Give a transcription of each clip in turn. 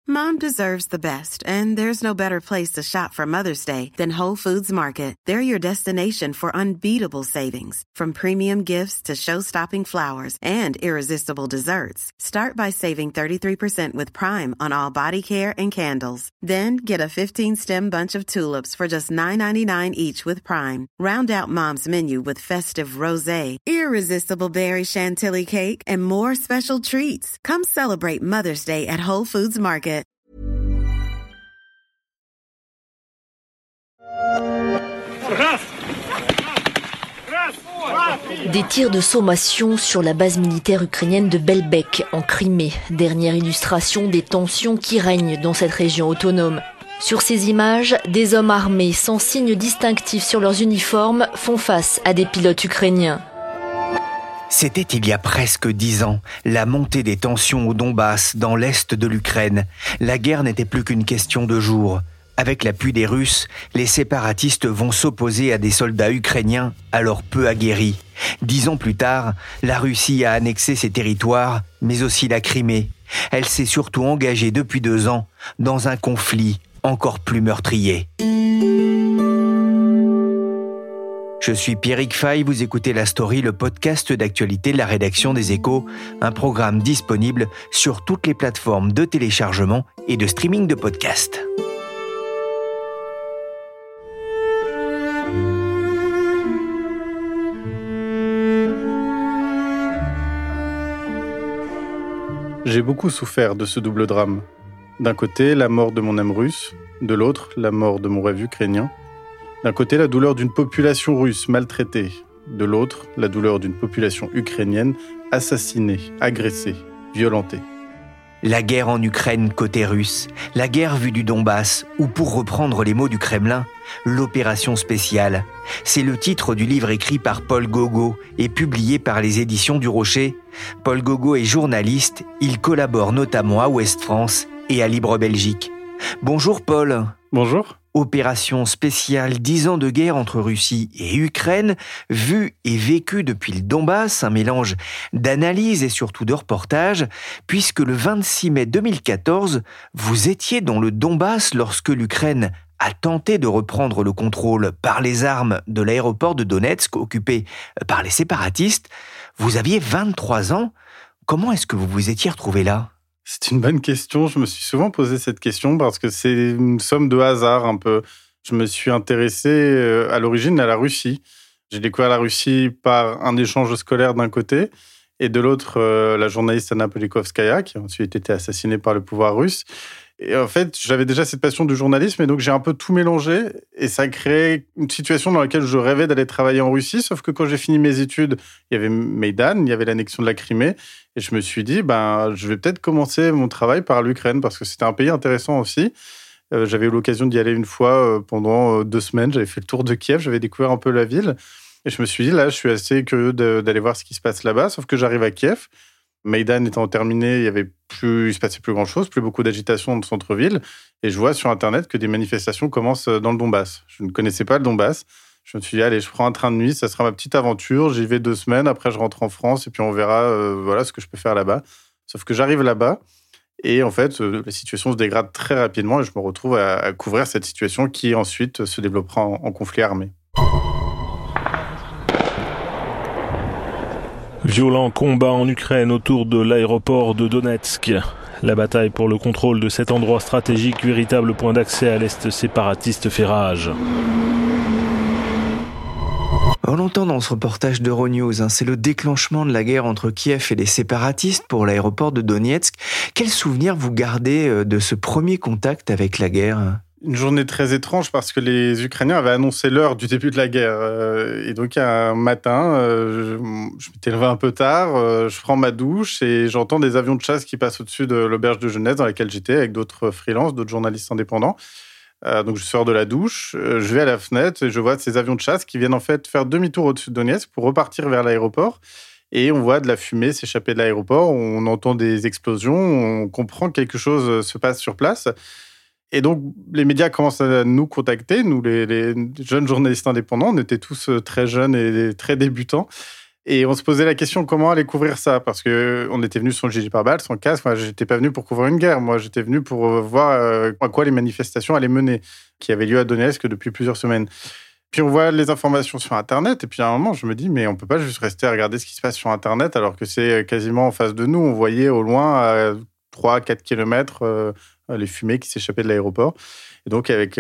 Mom deserves the best, and there's no better place to shop for Mother's Day than Whole Foods Market. They're your destination for unbeatable savings, from premium gifts to show-stopping flowers and irresistible desserts. Start by saving 33% with Prime on all body care and candles. Then get a 15-stem bunch of tulips for just $9.99 each with Prime. Round out Mom's menu with festive rosé, irresistible berry chantilly cake, and more special treats. Come celebrate Mother's Day at Whole Foods Market. Des tirs de sommation sur la base militaire ukrainienne de Belbek, en Crimée. Dernière illustration des tensions qui règnent dans cette région autonome. Sur ces images, des hommes armés sans signe distinctif sur leurs uniformes font face à des pilotes ukrainiens. C'était il y a presque 10 ans, la montée des tensions au Donbass, dans l'est de l'Ukraine. La guerre n'était plus qu'une question de jours. Avec l'appui des Russes, les séparatistes vont s'opposer à des soldats ukrainiens alors peu aguerris. 10 ans plus tard, la Russie a annexé ces territoires, mais aussi la Crimée. Elle s'est surtout engagée depuis 2 ans dans un conflit encore plus meurtrier. Je suis Pierrick Fay, vous écoutez La Story, le podcast d'actualité de la rédaction des Échos, un programme disponible sur toutes les plateformes de téléchargement et de streaming de podcasts. J'ai beaucoup souffert de ce double drame. D'un côté, la mort de mon âme russe, de l'autre, la mort de mon rêve ukrainien. D'un côté, la douleur d'une population russe maltraitée, de l'autre, la douleur d'une population ukrainienne assassinée, agressée, violentée. La guerre en Ukraine côté russe, la guerre vue du Donbass, ou pour reprendre les mots du Kremlin, l'opération spéciale. C'est le titre du livre écrit par Paul Gauguot et publié par les éditions du Rocher. Paul Gauguot est journaliste, il collabore notamment à Ouest France et à Libre Belgique. Bonjour Paul. Bonjour. Opération spéciale, 10 ans de guerre entre Russie et Ukraine, vue et vécue depuis le Donbass, un mélange d'analyse et surtout de reportage, puisque le 26 mai 2014, vous étiez dans le Donbass lorsque l'Ukraine a tenté de reprendre le contrôle par les armes de l'aéroport de Donetsk, occupé par les séparatistes. Vous aviez 23 ans. Comment est-ce que vous vous étiez retrouvé là ? C'est une bonne question. Je me suis souvent posé cette question parce que c'est une somme de hasard un peu. Je me suis intéressé à l'origine à la Russie. J'ai découvert la Russie par un échange scolaire d'un côté et de l'autre, la journaliste Anna Politkovskaya qui a ensuite été assassinée par le pouvoir russe. Et en fait, j'avais déjà cette passion du journalisme et donc j'ai un peu tout mélangé et ça a créé une situation dans laquelle je rêvais d'aller travailler en Russie, sauf que quand j'ai fini mes études, il y avait Maïdan, il y avait l'annexion de la Crimée et je me suis dit, je vais peut-être commencer mon travail par l'Ukraine parce que c'était un pays intéressant aussi. J'avais eu l'occasion d'y aller une fois pendant 2 semaines, j'avais fait le tour de Kiev, j'avais découvert un peu la ville et je me suis dit, là, je suis assez curieux d'aller voir ce qui se passe là-bas, sauf que j'arrive à Kiev. Maïdan étant terminé, il se passait plus grand-chose, plus beaucoup d'agitation dans le centre-ville. Et je vois sur Internet que des manifestations commencent dans le Donbass. Je ne connaissais pas le Donbass. Je me suis dit, allez, je prends un train de nuit, ça sera ma petite aventure. J'y vais 2 semaines, après je rentre en France et puis on verra ce que je peux faire là-bas. Sauf que j'arrive là-bas et en fait, la situation se dégrade très rapidement et je me retrouve à couvrir cette situation qui ensuite se développera en conflit armé. Violent combat en Ukraine autour de l'aéroport de Donetsk. La bataille pour le contrôle de cet endroit stratégique, véritable point d'accès à l'Est séparatiste, fait rage. On l'entend dans ce reportage d'Euronews, c'est le déclenchement de la guerre entre Kiev et les séparatistes pour l'aéroport de Donetsk. Quel souvenir vous gardez de ce premier contact avec la guerre ? Une journée très étrange parce que les Ukrainiens avaient annoncé l'heure du début de la guerre. Et donc, un matin, je m'étais levé un peu tard, je prends ma douche et j'entends des avions de chasse qui passent au-dessus de l'auberge de jeunesse dans laquelle j'étais avec d'autres freelances, d'autres journalistes indépendants. Donc, je sors de la douche, je vais à la fenêtre et je vois ces avions de chasse qui viennent en fait faire demi-tour au-dessus de Donetsk pour repartir vers l'aéroport. Et on voit de la fumée s'échapper de l'aéroport, on entend des explosions, on comprend que quelque chose se passe sur place. Et donc, les médias commencent à nous contacter, nous, les jeunes journalistes indépendants. On était tous très jeunes et très débutants. Et on se posait la question comment aller couvrir ça, parce qu'on était venu sur le Gigi pare-balles, sans casque. Moi, j'étais pas venu pour couvrir une guerre. Moi, j'étais venu pour voir à quoi les manifestations allaient mener, qui avaient lieu à Donetsk depuis plusieurs semaines. Puis on voit les informations sur Internet, et puis à un moment, je me dis, mais on peut pas juste rester à regarder ce qui se passe sur Internet, alors que c'est quasiment en face de nous. On voyait au loin, à 3-4 kilomètres, les fumées qui s'échappaient de l'aéroport. Et donc, avec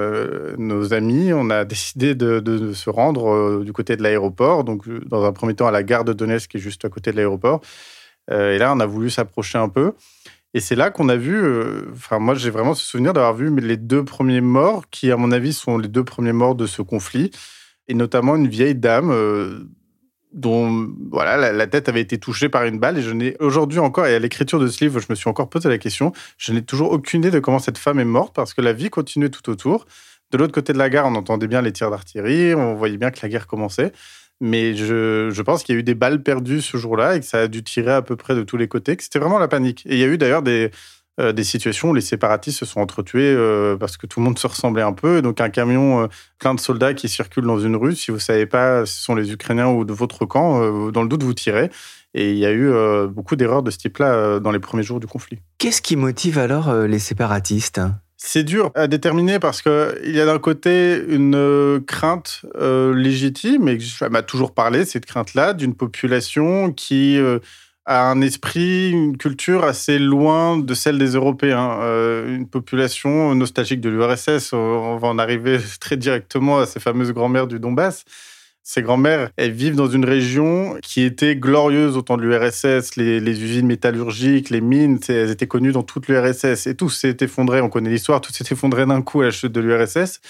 nos amis, on a décidé de se rendre du côté de l'aéroport. Donc, dans un premier temps, à la gare de Donetsk, qui est juste à côté de l'aéroport. Et là, on a voulu s'approcher un peu. Et c'est là qu'on a vu... moi, j'ai vraiment ce souvenir d'avoir vu les 2 premiers morts, qui, à mon avis, sont les 2 premiers morts de ce conflit. Et notamment une vieille dame... dont la tête avait été touchée par une balle. Et je n'ai aujourd'hui encore, et à l'écriture de ce livre, je me suis encore posé la question, je n'ai toujours aucune idée de comment cette femme est morte, parce que la vie continuait tout autour. De l'autre côté de la gare, on entendait bien les tirs d'artillerie, on voyait bien que la guerre commençait. Mais je pense qu'il y a eu des balles perdues ce jour-là et que ça a dû tirer à peu près de tous les côtés, que c'était vraiment la panique. Et il y a eu d'ailleurs des situations où les séparatistes se sont entretués parce que tout le monde se ressemblait un peu. Et donc, un camion plein de soldats qui circulent dans une rue, si vous ne savez pas si ce sont les Ukrainiens ou de votre camp, dans le doute, vous tirez. Et il y a eu beaucoup d'erreurs de ce type-là dans les premiers jours du conflit. Qu'est-ce qui motive alors les séparatistes ? C'est dur à déterminer parce qu'il y a d'un côté une crainte légitime, et ça m'a toujours parlé, cette crainte-là, d'une population qui... a un esprit, une culture assez loin de celle des Européens. Une population nostalgique de l'URSS. On va en arriver très directement à ces fameuses grand-mères du Donbass. Ces grand-mères, elles vivent dans une région qui était glorieuse au temps de l'URSS. Les usines métallurgiques, les mines, elles étaient connues dans toute l'URSS. Et tout s'est effondré, on connaît l'histoire, tout s'est effondré d'un coup à la chute de l'URSS.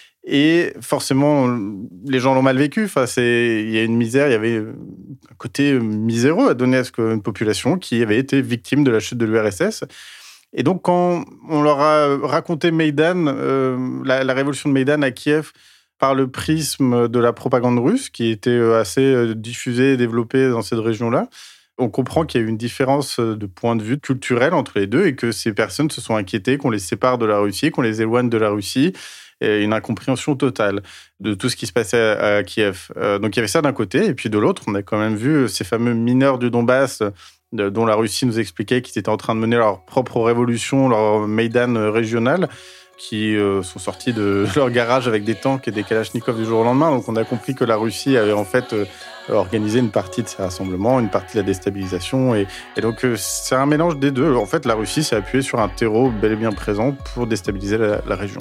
Et forcément, les gens l'ont mal vécu. Il y a une misère, il y avait un côté miséreux à Donetsk, une population qui avait été victime de la chute de l'URSS. Et donc, quand on leur a raconté Maïdan, la révolution de Maïdan à Kiev, par le prisme de la propagande russe, qui était assez diffusée et développée dans cette région-là, on comprend qu'il y a eu une différence de point de vue culturel entre les deux et que ces personnes se sont inquiétées qu'on les sépare de la Russie, qu'on les éloigne de la Russie, et une incompréhension totale de tout ce qui se passait à Kiev. Donc il y avait ça d'un côté, et puis de l'autre, on a quand même vu ces fameux mineurs du Donbass, dont la Russie nous expliquait qu'ils étaient en train de mener leur propre révolution, leur Maïdan régional, qui sont sortis de leur garage avec des tanks et des kalachnikovs du jour au lendemain. Donc on a compris que la Russie avait en fait organisé une partie de ces rassemblements, une partie de la déstabilisation. Et donc c'est un mélange des deux. En fait, la Russie s'est appuyée sur un terreau bel et bien présent pour déstabiliser la région.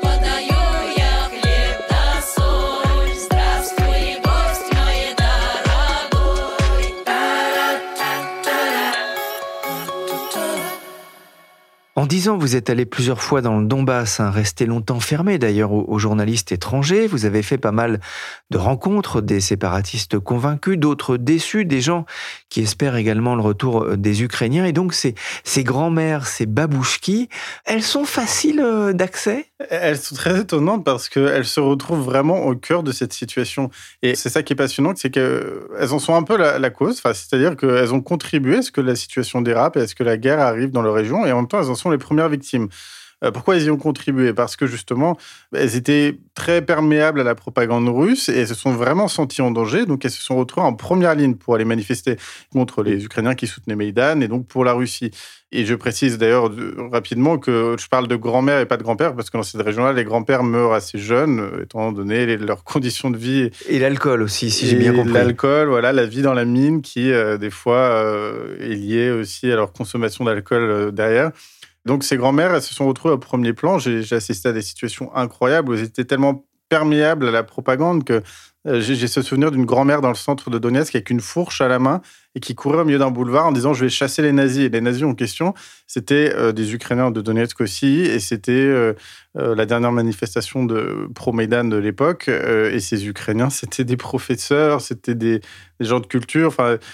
En 10 ans, vous êtes allé plusieurs fois dans le Donbass, resté longtemps fermé d'ailleurs aux journalistes étrangers. Vous avez fait pas mal de rencontres, des séparatistes convaincus, d'autres déçus, des gens qui espèrent également le retour des Ukrainiens. Et donc ces grand-mères, ces babouchki, elles sont faciles d'accès ? Elles sont très étonnantes parce qu'elles se retrouvent vraiment au cœur de cette situation. Et c'est ça qui est passionnant, c'est qu'elles en sont un peu la cause. C'est-à-dire qu'elles ont contribué à ce que la situation dérape et à ce que la guerre arrive dans leur région. Et en même temps, elles en sont les premières victimes. Pourquoi elles y ont contribué ? Parce que justement, elles étaient très perméables à la propagande russe et elles se sont vraiment senties en danger. Donc elles se sont retrouvées en première ligne pour aller manifester contre les Ukrainiens qui soutenaient Maïdan et donc pour la Russie. Et je précise d'ailleurs rapidement que je parle de grand-mère et pas de grand-père parce que dans cette région-là, les grands-pères meurent assez jeunes, étant donné leurs conditions de vie. Et l'alcool aussi, si j'ai bien compris. L'alcool, voilà, la vie dans la mine qui, des fois, est liée aussi à leur consommation d'alcool derrière. Donc, ces grand-mères, elles se sont retrouvées au premier plan. J'ai assisté à des situations incroyables où elles étaient tellement perméables à la propagande que j'ai ce souvenir d'une grand-mère dans le centre de Donetsk avec une fourche à la main et qui courait au milieu d'un boulevard en disant « je vais chasser les nazis ». Et les nazis en question, c'était des Ukrainiens de Donetsk aussi et c'était la dernière manifestation de pro-Maïdan de l'époque. Et ces Ukrainiens, c'était des professeurs, c'était des gens de culture,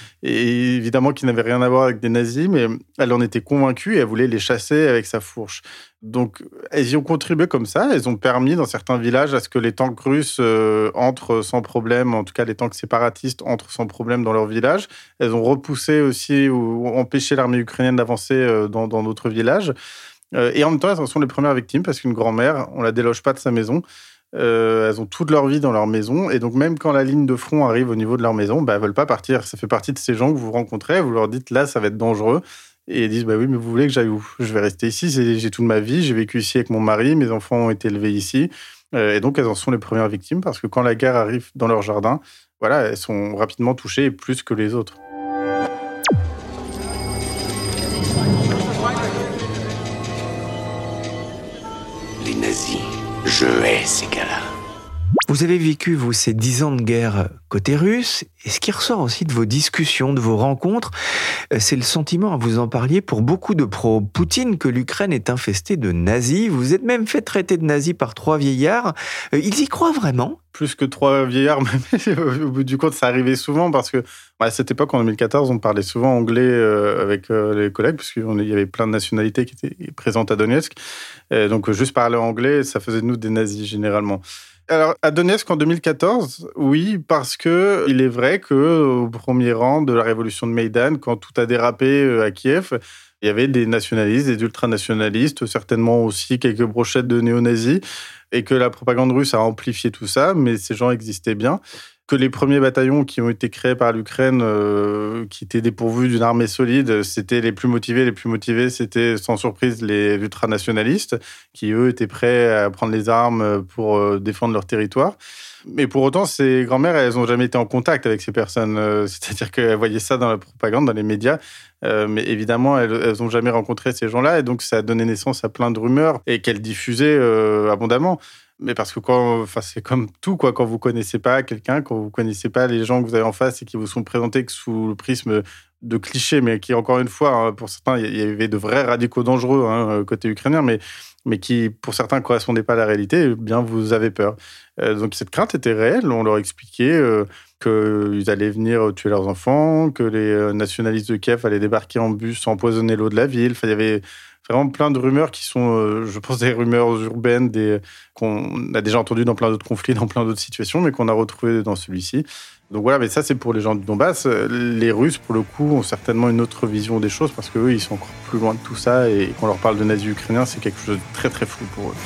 et évidemment qui n'avaient rien à voir avec des nazis, mais elle en était convaincue et elle voulait les chasser avec sa fourche. Donc, elles y ont contribué comme ça. Elles ont permis, dans certains villages, à ce que les tanks russes entrent sans problème, en tout cas les tanks séparatistes entrent sans problème dans leur village. Elles ont repoussé aussi ou empêché l'armée ukrainienne d'avancer dans d'autres villages. Et en même temps, elles sont les premières victimes parce qu'une grand-mère, on la déloge pas de sa maison. Elles ont toute leur vie dans leur maison. Et donc, même quand la ligne de front arrive au niveau de leur maison, elles ne veulent pas partir. Ça fait partie de ces gens que vous rencontrez. Vous leur dites, là, ça va être dangereux. Et ils disent, oui, mais vous voulez que j'aille où ? Je vais rester ici. J'ai toute ma vie. J'ai vécu ici avec mon mari. Mes enfants ont été élevés ici. Et donc, elles en sont les premières victimes parce que quand la guerre arrive dans leur jardin, voilà, elles sont rapidement touchées plus que les autres. Les nazis, je hais ces gars-là. Vous avez vécu, vous, ces 10 ans de guerre côté russe, et ce qui ressort aussi de vos discussions, de vos rencontres, c'est le sentiment, vous en parliez, pour beaucoup de pro-Poutine, que l'Ukraine est infestée de nazis. Vous êtes même fait traiter de nazis par 3 vieillards. Ils y croient vraiment ? Plus que 3 vieillards, même. Au bout du compte, ça arrivait souvent parce que à cette époque, en 2014, on parlait souvent anglais avec les collègues, parce qu'il y avait plein de nationalités qui étaient présentes à Donetsk. Donc, juste parler anglais, ça faisait de nous des nazis, généralement. Alors, à Donetsk, en 2014, oui, parce que il est vrai qu'au premier rang de la révolution de Maïdan, quand tout a dérapé à Kiev, il y avait des nationalistes, des ultranationalistes, certainement aussi quelques brochettes de néo-nazis, et que la propagande russe a amplifié tout ça, mais ces gens existaient bien. Que les premiers bataillons qui ont été créés par l'Ukraine, qui étaient dépourvus d'une armée solide, c'était les plus motivés, c'était sans surprise les ultranationalistes, qui eux étaient prêts à prendre les armes pour défendre leur territoire. Mais pour autant, ces grand-mères, elles n'ont jamais été en contact avec ces personnes. C'est-à-dire qu'elles voyaient ça dans la propagande, dans les médias. Mais évidemment, elles n'ont jamais rencontré ces gens-là. Et donc, ça a donné naissance à plein de rumeurs et qu'elles diffusaient abondamment. Mais parce que c'est comme tout, quoi. Quand vous connaissez pas quelqu'un, quand vous connaissez pas les gens que vous avez en face et qui vous sont présentés que sous le prisme de clichés, mais qui, encore une fois, pour certains, il y avait de vrais radicaux dangereux côté ukrainien, mais qui, pour certains, correspondaient pas à la réalité, eh bien, vous avez peur. Donc, cette crainte était réelle. On leur expliquait qu'ils allaient venir tuer leurs enfants, que les nationalistes de Kiev allaient débarquer en bus, empoisonner l'eau de la ville. Enfin, il y avait vraiment plein de rumeurs qui sont, je pense, des rumeurs urbaines qu'on a déjà entendues dans plein d'autres conflits, dans plein d'autres situations, mais qu'on a retrouvées dans celui-ci. Donc voilà, mais ça, c'est pour les gens du Donbass. Les Russes, pour le coup, ont certainement une autre vision des choses parce qu'eux, ils sont encore plus loin de tout ça. Et quand on leur parle de nazis ukrainiens, c'est quelque chose de très, très flou pour eux.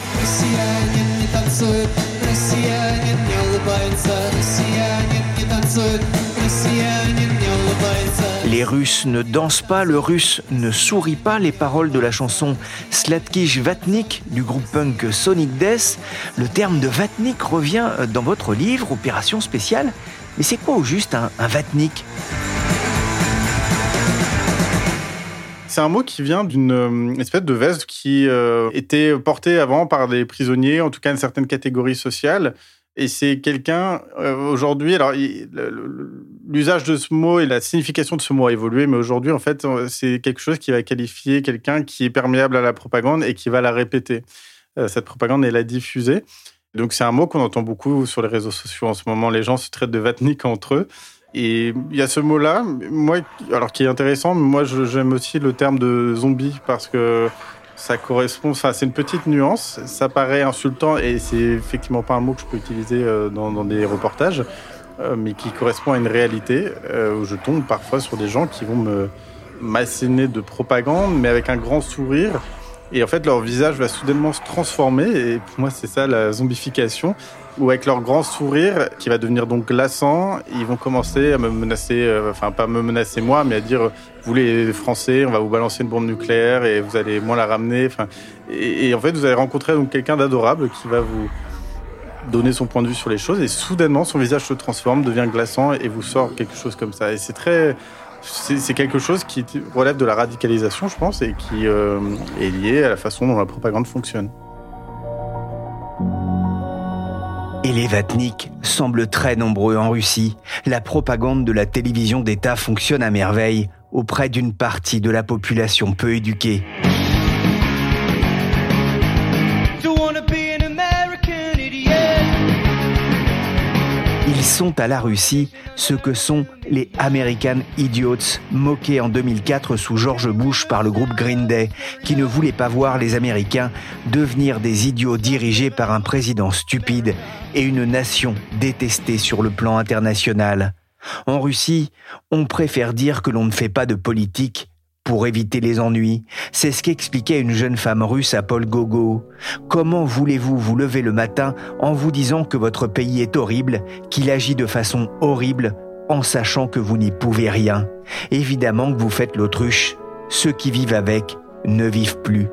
Les Russes ne dansent pas, le Russe ne sourit pas, les paroles de la chanson Sladkij Vatnik du groupe punk Sonic Death. Le terme de Vatnik revient dans votre livre, Opération spéciale. Mais c'est quoi au juste un Vatnik ? C'est un mot qui vient d'une espèce de veste qui était portée avant par des prisonniers, en tout cas une certaine catégorie sociale. Et c'est quelqu'un, aujourd'hui, alors l'usage de ce mot et la signification de ce mot a évolué, mais aujourd'hui, en fait, c'est quelque chose qui va qualifier quelqu'un qui est perméable à la propagande et qui va la répéter. Cette propagande est la diffuser. Donc, c'est un mot qu'on entend beaucoup sur les réseaux sociaux en ce moment. Les gens se traitent de vatnik entre eux. Et il y a ce mot-là, moi, alors qui est intéressant, mais moi, j'aime aussi le terme de zombie parce que ça correspond, c'est une petite nuance, ça paraît insultant et c'est effectivement pas un mot que je peux utiliser dans des reportages, mais qui correspond à une réalité où je tombe parfois sur des gens qui vont m'asséner de propagande, mais avec un grand sourire. Et en fait, leur visage va soudainement se transformer. Et pour moi, c'est ça, la zombification. Où avec leur grand sourire, qui va devenir donc glaçant, ils vont commencer à me menacer, enfin pas me menacer moi, mais à dire « Vous les Français, on va vous balancer une bombe nucléaire et vous allez moins la ramener. » Et en fait, vous allez rencontrer donc quelqu'un d'adorable qui va vous donner son point de vue sur les choses. Et soudainement, son visage se transforme, devient glaçant et vous sort quelque chose comme ça. Et c'est quelque chose qui relève de la radicalisation, je pense, et qui est lié à la façon dont la propagande fonctionne. Et les Vatniks semblent très nombreux en Russie. La propagande de la télévision d'État fonctionne à merveille auprès d'une partie de la population peu éduquée. Ils sont à la Russie ce que sont les American Idiots, moqués en 2004 sous George Bush par le groupe Green Day, qui ne voulait pas voir les Américains devenir des idiots dirigés par un président stupide et une nation détestée sur le plan international. En Russie, on préfère dire que l'on ne fait pas de politique pour éviter les ennuis. C'est ce qu'expliquait une jeune femme russe à Paul Gogol. Comment voulez-vous vous lever le matin en vous disant que votre pays est horrible, qu'il agit de façon horrible, en sachant que vous n'y pouvez rien? Évidemment que vous faites l'autruche. Ceux qui vivent avec ne vivent plus.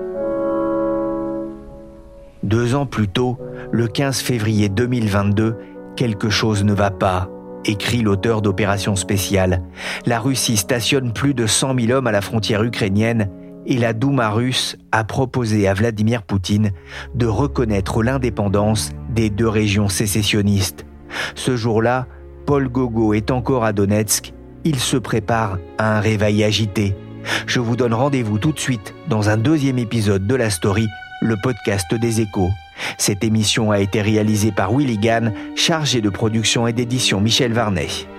2 ans plus tôt, le 15 février 2022, quelque chose ne va pas, écrit l'auteur d'Opération Spéciale. La Russie stationne plus de 100 000 hommes à la frontière ukrainienne et la Douma russe a proposé à Vladimir Poutine de reconnaître l'indépendance des 2 régions sécessionnistes. Ce jour-là, Paul Gogol est encore à Donetsk. Il se prépare à un réveil agité. Je vous donne rendez-vous tout de suite dans un 2e épisode de La Story, le podcast des Échos. Cette émission a été réalisée par Willy Gann, chargé de production et d'édition Michel Varnet.